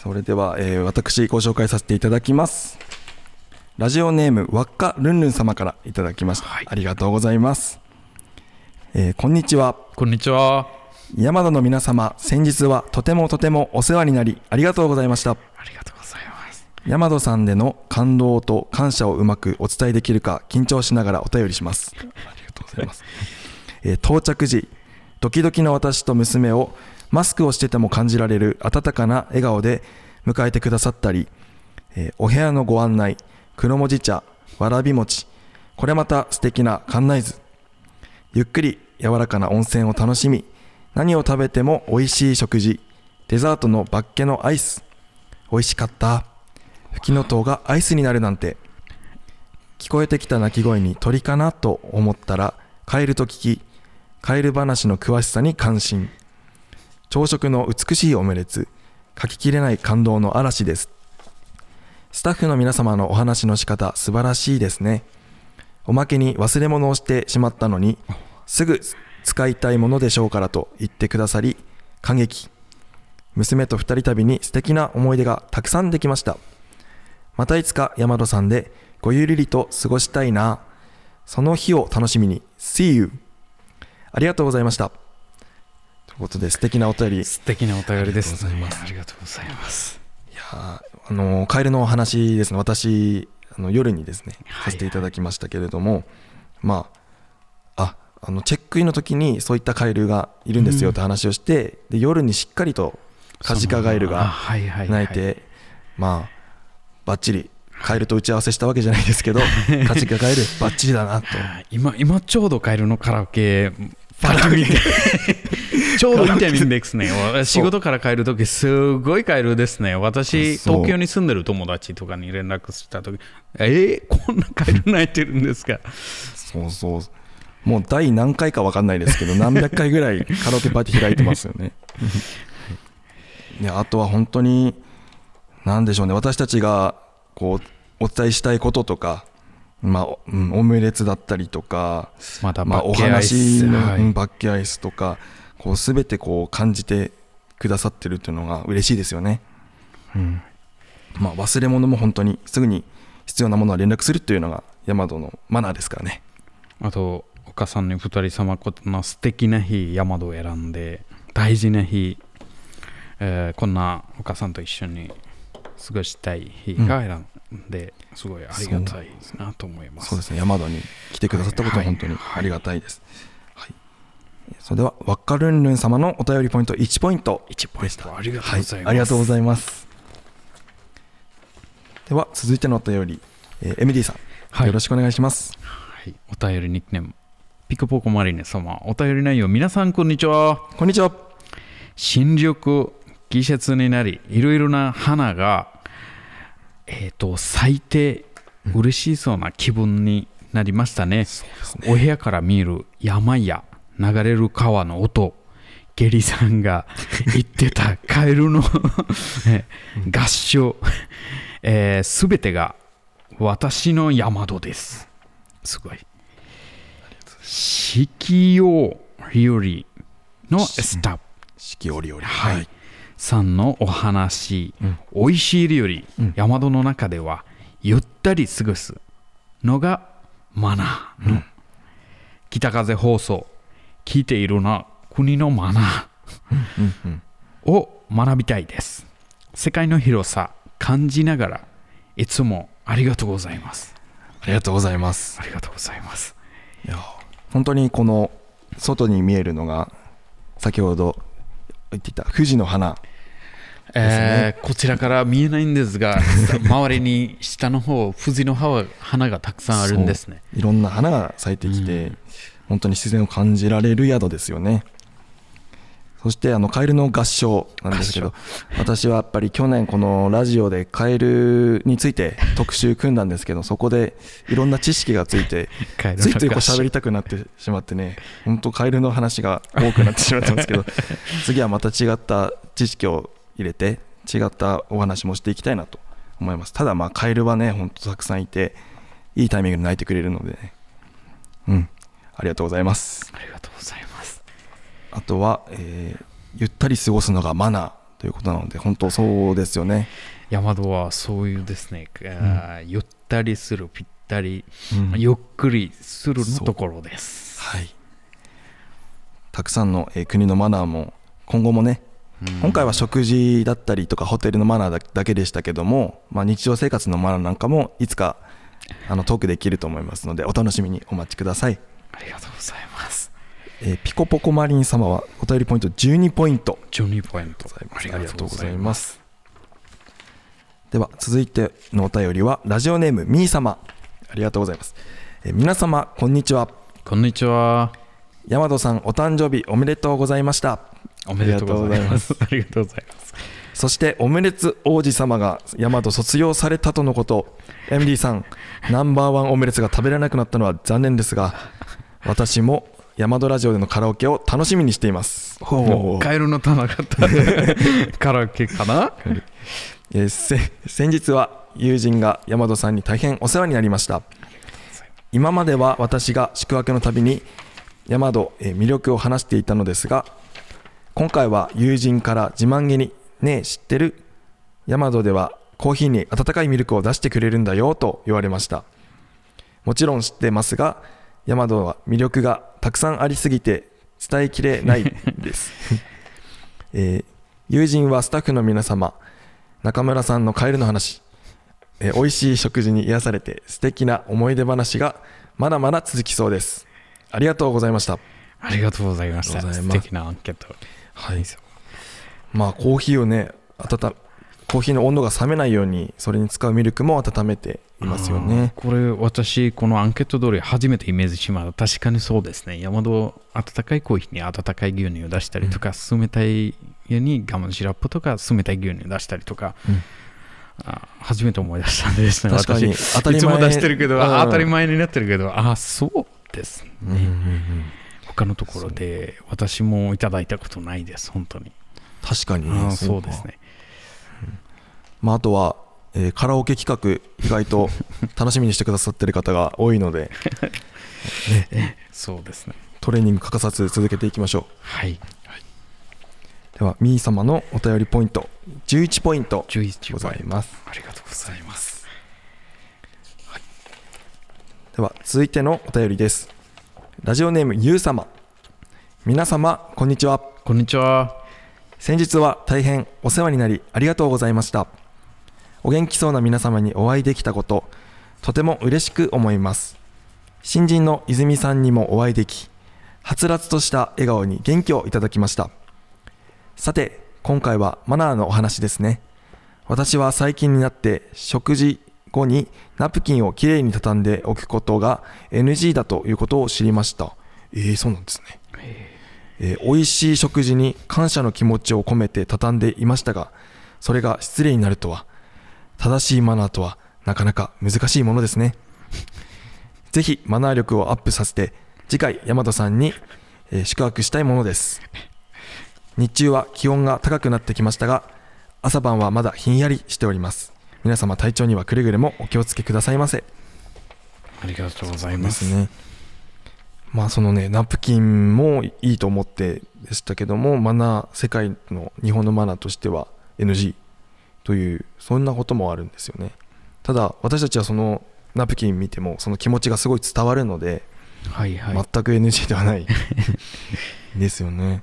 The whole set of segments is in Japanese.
それでは、私ご紹介させていただきます。ラジオネームわっかルンルン様からいただきました、ありがとうございます。こんにちは。 こんにちは。 山田の皆様、先日はとてもお世話になりありがとうございました。 ありがとうございます。 山田さんでの感動と感謝をうまくお伝えできるか緊張しながらお便りします。ありがとうございます。到着時、ドキドキの私と娘をマスクをしてても感じられる温かな笑顔で迎えてくださったり、お部屋のご案内、黒文字茶、わらび餅、これまた素敵な館内図、ゆっくり柔らかな温泉を楽しみ、何を食べても美味しい食事、デザートのバッケのアイス、美味しかった、フキノトウがアイスになるなんて、聞こえてきた鳴き声に鳥かなと思ったらカエルと聞き、カエル話の詳しさに感心、朝食の美しいオムレツ、書ききれない感動の嵐です。スタッフの皆様のお話の仕方素晴らしいですね。おまけに忘れ物をしてしまったのにすぐ使いたいものでしょうからと言ってくださり感激。娘と二人旅に素敵な思い出がたくさんできました。またいつか山戸さんでごゆるりと過ごしたいな。その日を楽しみに See you。 ありがとうございました。ということで素敵なお便り、 素敵なお便りです。 ありがとうございます。 いや、カエルのお話ですね。私夜にですねさせていただきましたけれども、チェックインの時にそういったカエルがいるんですよって話をして、で夜にしっかりとカジカガエルが鳴いて、バッチリカエルと打ち合わせしたわけじゃないですけどカジカガエルバッチリだなと。 今ちょうどカエルのカラオケちょうどいいタイミングですね。仕事から帰るときすごいカエルですね。私東京に住んでる友達とかに連絡したとき、こんなカエル鳴いてるんですか。 そうもう第何回か分かんないですけど何百回ぐらいカラオケパーティー開いてますよねであとは本当に何でしょうね、私たちがこうお伝えしたいこととか、オムレツだったりとか、お話のバッケアイスとか、こう全てこう感じてくださってるっていうのが嬉しいですよね。忘れ物も本当にすぐに必要なものは連絡するっていうのがヤマドのマナーですからね。 あとお母さんに二人様ことの素敵な日、ヤマドを選んで大事な日、こんなお母さんと一緒に過ごしたい日が選んで、すごいありがたいなと思います。 そうですね、山田に来てくださったことは本当にありがたいです。それではわっかるんるん様のお便りポイント1ポイントでした。 ありがとうございます。 ありがとうございます。では続いてのお便り、MD さん、よろしくお願いします。 お便りニックネームピコポコマリネ様、お便り内容、皆さんこんにちは。 こんにちは。 新緑季節になり、いろいろな花が咲いて嬉しそうな気分になりましたね。お部屋から見る山や流れる川の音、ゲリさんが言ってたカエルの合唱、すべてが私の山戸です。すごい。四季折々のスタッフ、 四季折々、 さんのお話、美味しい料理、山戸の中ではゆったり過ごすのがマナーの、北風放送、聞いているな国のマナーを学びたいです。世界の広さ感じながらいつもありがとうございます。 ありがとうございます。 ありがとうございます。 いや本当にこの外に見えるのが先ほど言っていた富士の花ですね。 こちらから見えないんですが周りに下の方富士の花がたくさんあるんですね。 いろんな花が咲いてきて、本当に自然を感じられる宿ですよね。そしてカエルの合唱なんですけど、私はやっぱり去年このラジオでカエルについて特集組んだんですけど、そこでいろんな知識がついてついついこう喋りたくなってしまってね、本当カエルの話が多くなってしまったんですけど次はまた違った知識を入れて違ったお話もしていきたいなと思います。ただカエルはね本当たくさんいていいタイミングで鳴いてくれるのでね、ありがとうございます。 ありがとうございます。 あとは、ゆったり過ごすのがマナーということなので、本当そうですよね。 山戸はそういうですね、ゆったりする、ぴったり、ゆっくりするのところです。 はい。たくさんの、国のマナーも今後もね、今回は食事だったりとかホテルのマナーだけでしたけども、日常生活のマナーなんかもいつかトークできると思いますので、お楽しみにお待ちください。 ありがとうございます。 ピコポコマリン様はお便りポイント12ポイント。 12ポイント。 ありがとうございます。では続いてのお便りはラジオネームみー様、ありがとうございます。皆様こんにちは。 こんにちは。 山戸さんお誕生日おめでとうございました。 おめでとうございます。ありがとうございます。 そしてオムレツ王子様が山戸卒業されたとのこと。 MD さんナンバーワンオムレツが食べられなくなったのは残念ですが、私も山戸ラジオでのカラオケを楽しみにしています。 カエルの棚型カラオケかな。 先日は友人が山戸さんに大変お世話になりました。今までは私が宿泊のたびに山戸魅力を話していたのですが、今回は友人から自慢げにねえ知ってる、山戸ではコーヒーに温かいミルクを出してくれるんだよと言われました。もちろん知ってますが、山戸は魅力がたくさんありすぎて伝えきれないです、友人はスタッフの皆様、中村さんのカエルの話、美味しい食事に癒されて素敵な思い出話がまだまだ続きそうです。ありがとうございました。 ありがとうございました。素敵なアンケート。 はい。コーヒーをね、コーヒーの温度が冷めないようにそれに使うミルクも温めていますよね。 これ私このアンケート通り初めてイメージしました。確かにそうですね。山戸温かいコーヒーに温かい牛乳を出したりとか、冷たい家にガムシラップとか冷たい牛乳を出したりとか、初めて思い出したんですね。 確かに私いつも出してるけど、当たり前になってるけど、そうですね、他のところで私もいただいたことないです。本当に確かに、 そうですね。 あとは、カラオケ企画意外と楽しみにしてくださってる方が多いので、 そうですね。 トレーニング欠かさず続けていきましょう。 はい。 ではみー様のお便りポイント11ポイントございます。 ありがとうございます。 はい、では続いてのお便りです。ラジオネームゆう様、皆様こんにちは。 こんにちは。 先日は大変お世話になりありがとうございました。お元気そうな皆様にお会いできたこと、とても嬉しく思います。新人の泉さんにもお会いでき、はつらつとした笑顔に元気をいただきました。さて今回はマナーのお話ですね。私は最近になって食事後にナプキンをきれいに畳んでおくことが NG だということを知りました。そうなんですね。美味しい食事に感謝の気持ちを込めて畳んでいましたが、それが失礼になるとは、正しいマナーとはなかなか難しいものですね。ぜひマナー力をアップさせて次回大和さんに、宿泊したいものです。日中は気温が高くなってきましたが、朝晩はまだひんやりしております。皆様体調にはくれぐれもお気をつけくださいませ。 ありがとうございます。 そうですね。そのね、ナプキンもいいと思ってでしたけども、マナー、世界の日本のマナーとしては NG という、そんなこともあるんですよね。ただ私たちはそのナプキン見てもその気持ちがすごい伝わるので、全く NG ではないですよね。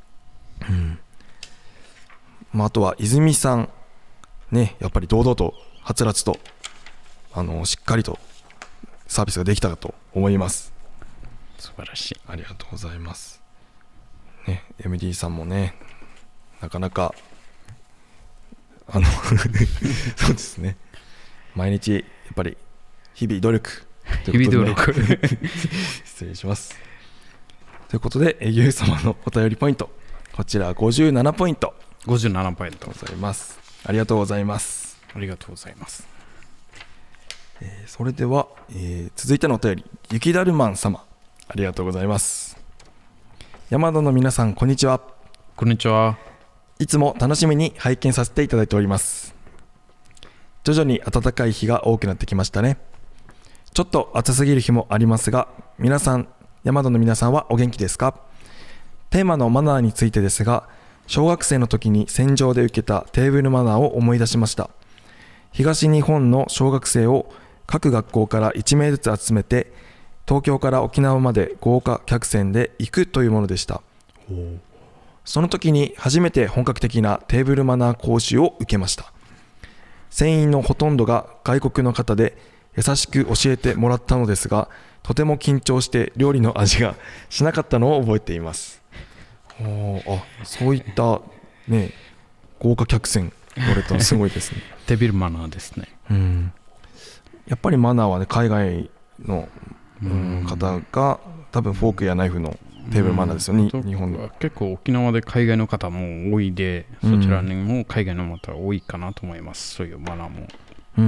あとは泉さんね、やっぱり堂々とはつらつとしっかりとサービスができたかと思います。 素晴らしい。 ありがとうございますね。 MD さんもね、なかなかそうですね、毎日やっぱり日々努力ということで、失礼します。ということでゆう様のお便りポイント、こちら57ポイント 57ポイントございます。ありがとうございます。 ありがとうございます。 それでは、続いてのお便り、雪だるまん様、ありがとうございます。山戸の皆さんこんにちは。 こんにちは。 いつも楽しみに拝見させていただいております。徐々に暖かい日が多くなってきましたね。ちょっと暑すぎる日もありますが、山戸の皆さんはお元気ですか？テーマのマナーについてですが、 小学生の時に戦場で受けたテーブルマナーを思い出しました。東日本の小学生を各学校から1名ずつ集めて東京から沖縄まで豪華客船で行くというものでした。その時に初めて本格的なテーブルマナー講習を受けました。船員のほとんどが外国の方で優しく教えてもらったのですが、とても緊張して料理の味がしなかったのを覚えています。そういったね、豪華客船乗れたのすごいですね。 テーブルマナーですね。 やっぱりマナーはね、海外の、方が多分フォークやナイフのテーブルマナーですよね、日本の。 結構沖縄で海外の方も多いで、そちらにも海外の方多いかなと思います、そういうマナーも。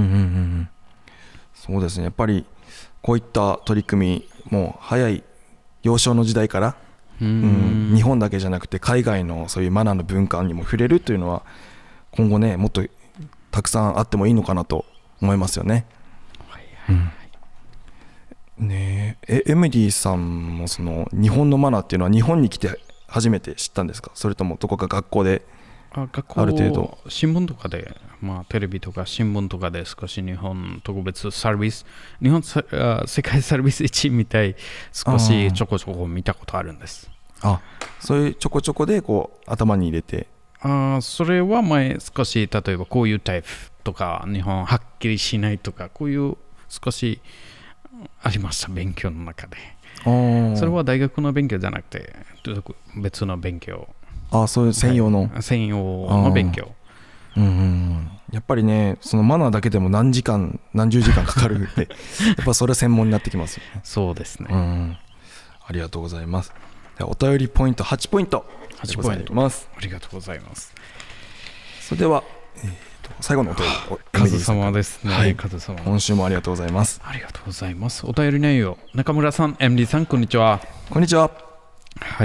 そうですね、やっぱりこういった取り組みも早い幼少の時代から、日本だけじゃなくて海外のそういうマナーの文化にも触れるというのは今後ね、もっとたくさんあってもいいのかなと思いますよね。MD さんもその日本のマナーっていうのは日本に来て初めて知ったんですか？それともどこか学校である程度新聞とかで、テレビとか新聞とかで少し日本特別サービス、日本世界サービス1位みたい少しちょこちょこ見たことあるんです。 そういうちょこちょこでこう頭に入れて、 それは前少し例えばこういうタイプとか日本はっきりしないとかこういう少しありました、勉強の中で。それは大学の勉強じゃなくて別の勉強。 そういう専用の、 専用の勉強。 やっぱりね、そのマナーだけでも何十時間かかるんでやっぱそれは専門になってきますよね。 そうですね。 ありがとうございます。お便りポイント8ポイントでございます。 ありがとうございます。 それでは、最後のお便り、 カズ様ですね。カズ様、 今週もありがとうございます。 ありがとうございます。お便り内容、中村さん、MD さん、こんにちは。 こんにちは。 はい。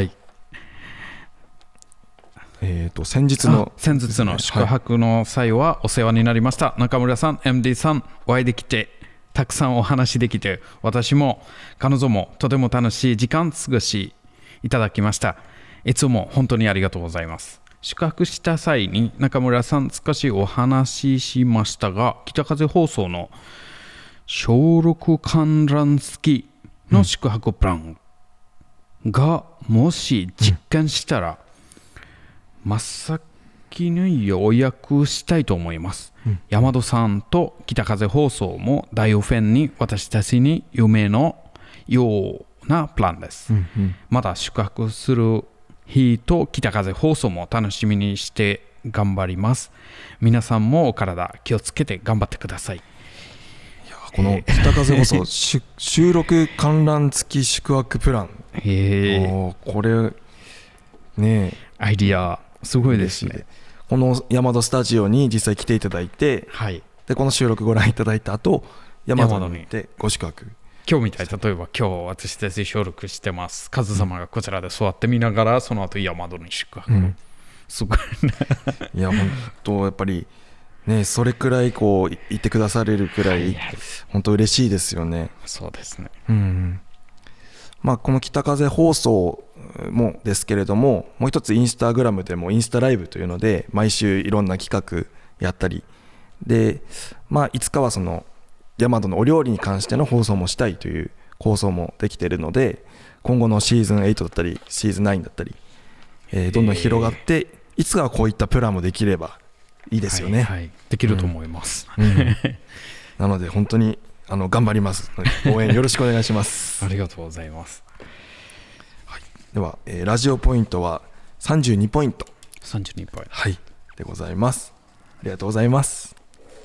先日の宿泊の際はお世話になりました。中村さん、MD さん、お会いできて、たくさんお話できて、私も彼女もとても楽しい時間過ごしいただきました。いつも本当にありがとうございます。宿泊した際に中村さん少しお話ししましたが、北風放送の小6観覧付きの宿泊プランがもし実現したら、真っ先に予約したいと思います。山戸さんと北風放送も大オフェンに私たちに夢のようなプランです。まだ宿泊する日と北風放送も楽しみにして頑張ります。皆さんもお体気をつけて頑張ってください。 この北風放送収録観覧付き宿泊プラン、これね、 アイディアすごいですね。 この山戸スタジオに実際来ていただいて、でこの収録ご覧いただいた後、山戸に行ってご宿泊。 今日みたい、例えば今日私たち収録してます。カズ様がこちらで座って見ながら、その後山戸に宿泊。すごいね。いや本当やっぱりね、それくらいこう言ってくだされるくらい本当嬉しいですよね。 そうですね。 この北風放送もですけれども、もう一つインスタグラムでもインスタライブというので毎週いろんな企画やったりで、いつかはその山戸のお料理に関しての放送もしたいという構想もできているので、今後のシーズン8だったりシーズン9だったり、どんどん広がっていつかはこういったプランもできればいいですよね。 できると思います。 なので本当に頑張りますので応援よろしくお願いします。 ありがとうございます。 では、ラジオポイントは32ポイント。 32ポイント。 でございます。ありがとうございます。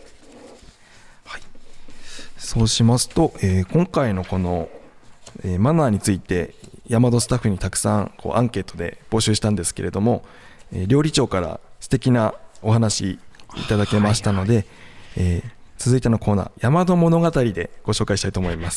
そうしますと、今回のこの、マナーについて山戸スタッフにたくさんアンケートで募集したんですけれども、料理長から素敵なお話いただけましたので、続いてのコーナー山戸物語でご紹介したいと思います。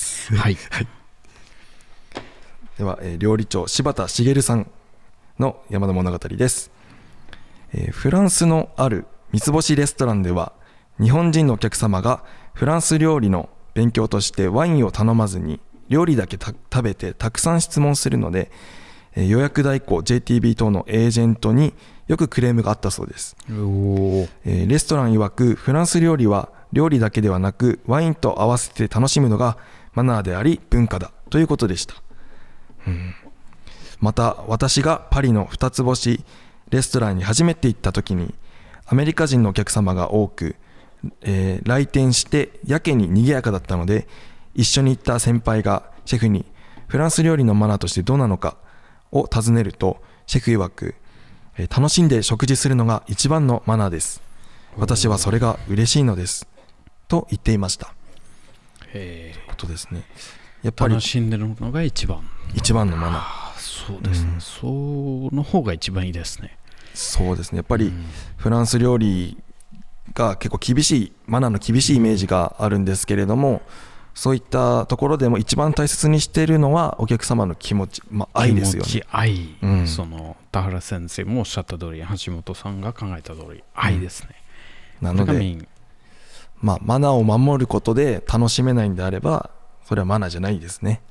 では、料理長柴田茂さんの山戸物語です。フランスのある三つ星レストランでは日本人のお客様がフランス料理の勉強としてワインを頼まずに料理だけ食べてたくさん質問するので、 予約代行 JTB 等のエージェントによくクレームがあったそうです。レストラン曰くフランス料理は料理だけではなくワインと合わせて楽しむのがマナーであり文化だということでした。また私がパリの2つ星レストランに初めて行った時にアメリカ人のお客様が多く、来店してやけに賑やかだったので、一緒に行った先輩がシェフにフランス料理のマナーとしてどうなのかを尋ねると、シェフ曰く、楽しんで食事するのが一番のマナーです。私はそれが嬉しいのですと言っていました。ということですね。やっぱり楽しんでるのが一番のマナー。 そうですね、その方が一番いいですね。 そうですね。やっぱりフランス料理が結構厳しいマナーの厳しいイメージがあるんですけれども、そういったところでも一番大切にしているのはお客様の気持ち、愛ですよね。 気持ち、愛、その田原先生もおっしゃった通り、橋本さんが考えた通り、愛ですね。 なので、マナーを守ることで楽しめないんであれば、それはマナーじゃないですね。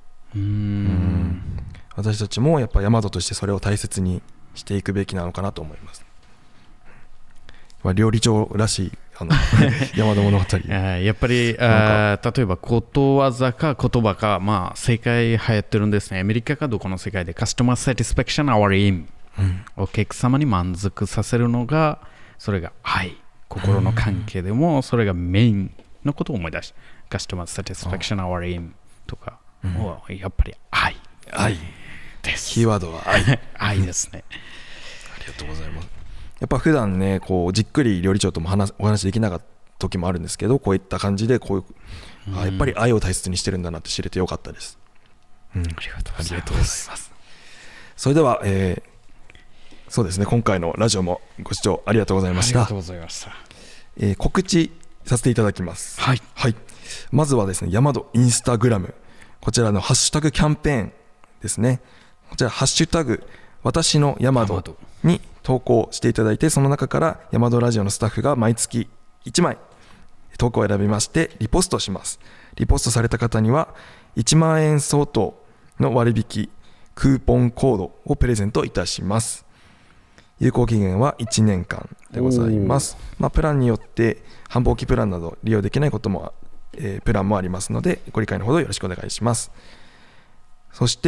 私たちもやっぱ大和としてそれを大切にしていくべきなのかなと思います。料理長らしい大和物語やっぱり例えばことわざか言葉か、世界流行ってるんですね。アメリカかどこの世界でカスタマーサティスファクション our aim、お客様に満足させるのが、それが愛、心の関係でもそれがメインのことを思い出し、カスタマーサティスファクション our aim とか、やっぱり愛です。 キーワードは愛愛ですね。 ありがとうございます。やっぱ普段ね、こうじっくり料理長ともお話できなかった時もあるんですけど、こういった感じでやっぱり愛を大切にしてるんだなって知れてよかったです。 ありがとうございます。 それでは、そうですね、今回のラジオもご視聴ありがとうございました。 ありがとうございました。 告知させていただきます。 はい。 まずはですね、大和インスタグラム、こちらのハッシュタグキャンペーンですね。こちらハッシュタグ私の大和に投稿していただいて、その中から大和ラジオのスタッフが毎月1枚投稿を選びましてリポストします。リポストされた方には1万円相当の割引クーポンコードをプレゼントいたします。有効期限は1年間でございます。プランによって繁忙期プランなど利用できないことも、プランもありますので、ご理解のほどよろしくお願いします。そして、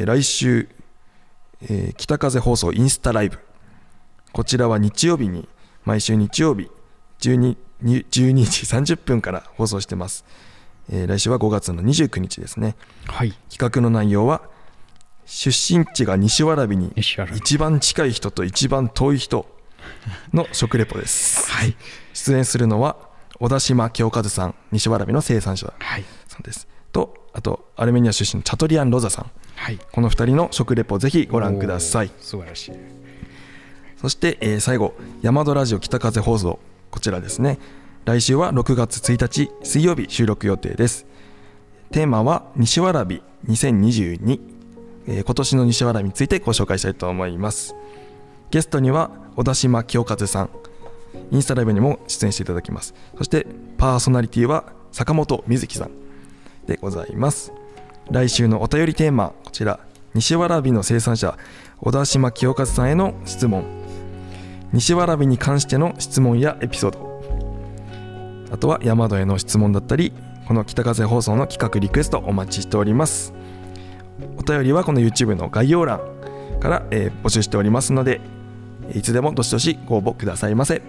来週北風放送インスタライブ、こちらは日曜日に毎週日曜日12時30分から放送してます。来週は5月の29日ですね。企画の内容は出身地が西蕨に一番近い人と一番遠い人の食レポです。出演するのは小田島京和さん、西蕨の生産者さんです。と、あとアルメニア出身のチャトリアン・ロザさん、この2人の食レポぜひご覧ください。 素晴らしい。 そして、最後、大和ラジオ北風放送、こちらですね。来週は6月1日水曜日収録予定です。テーマは西蕨2022、今年の西蕨についてご紹介したいと思います。ゲストには小田島清和さん、インスタライブにも出演していただきます。そしてパーソナリティは坂本瑞希さんでございます。来週のお便りテーマ、こちら西蕨の生産者小田島清和さんへの質問、西蕨に関しての質問やエピソード、あとは大和への質問だったり、この北風放送の企画リクエストお待ちしております。お便りはこの YouTube の概要欄から、募集しておりますので、いつでもどしどしご応募くださいませ。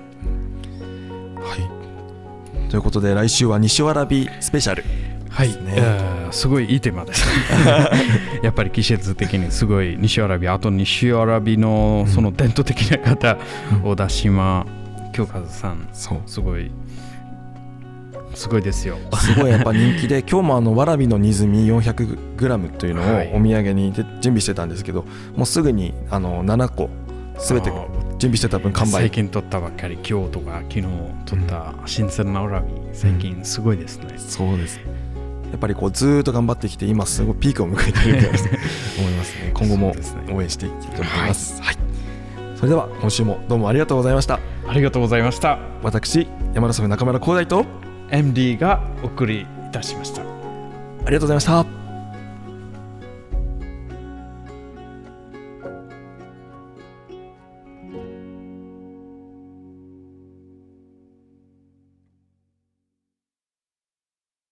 ということで来週は西蕨スペシャルですね。 すごいいいテーマですやっぱり季節的にすごい西蕨、あと西蕨のその伝統的な方、小田島京和さん、すごいですよ。 すごいやっぱ人気で今日もわらびの煮炭 400g というのをお土産に準備してたんですけど、もうすぐに7個すべて準備してた分完売。 最近取ったばっかり、今日とか昨日取った新鮮なわらび、最近すごいですね。 そうです。やっぱりこうずーっと頑張ってきて、今すごいピークを迎えていると思いますね。今後も応援していきたいと思います。それでは今週もどうもありがとうございました。 ありがとうございました。 私山田祖父中村光大と MD がお送りいたしました。 ありがとうございました。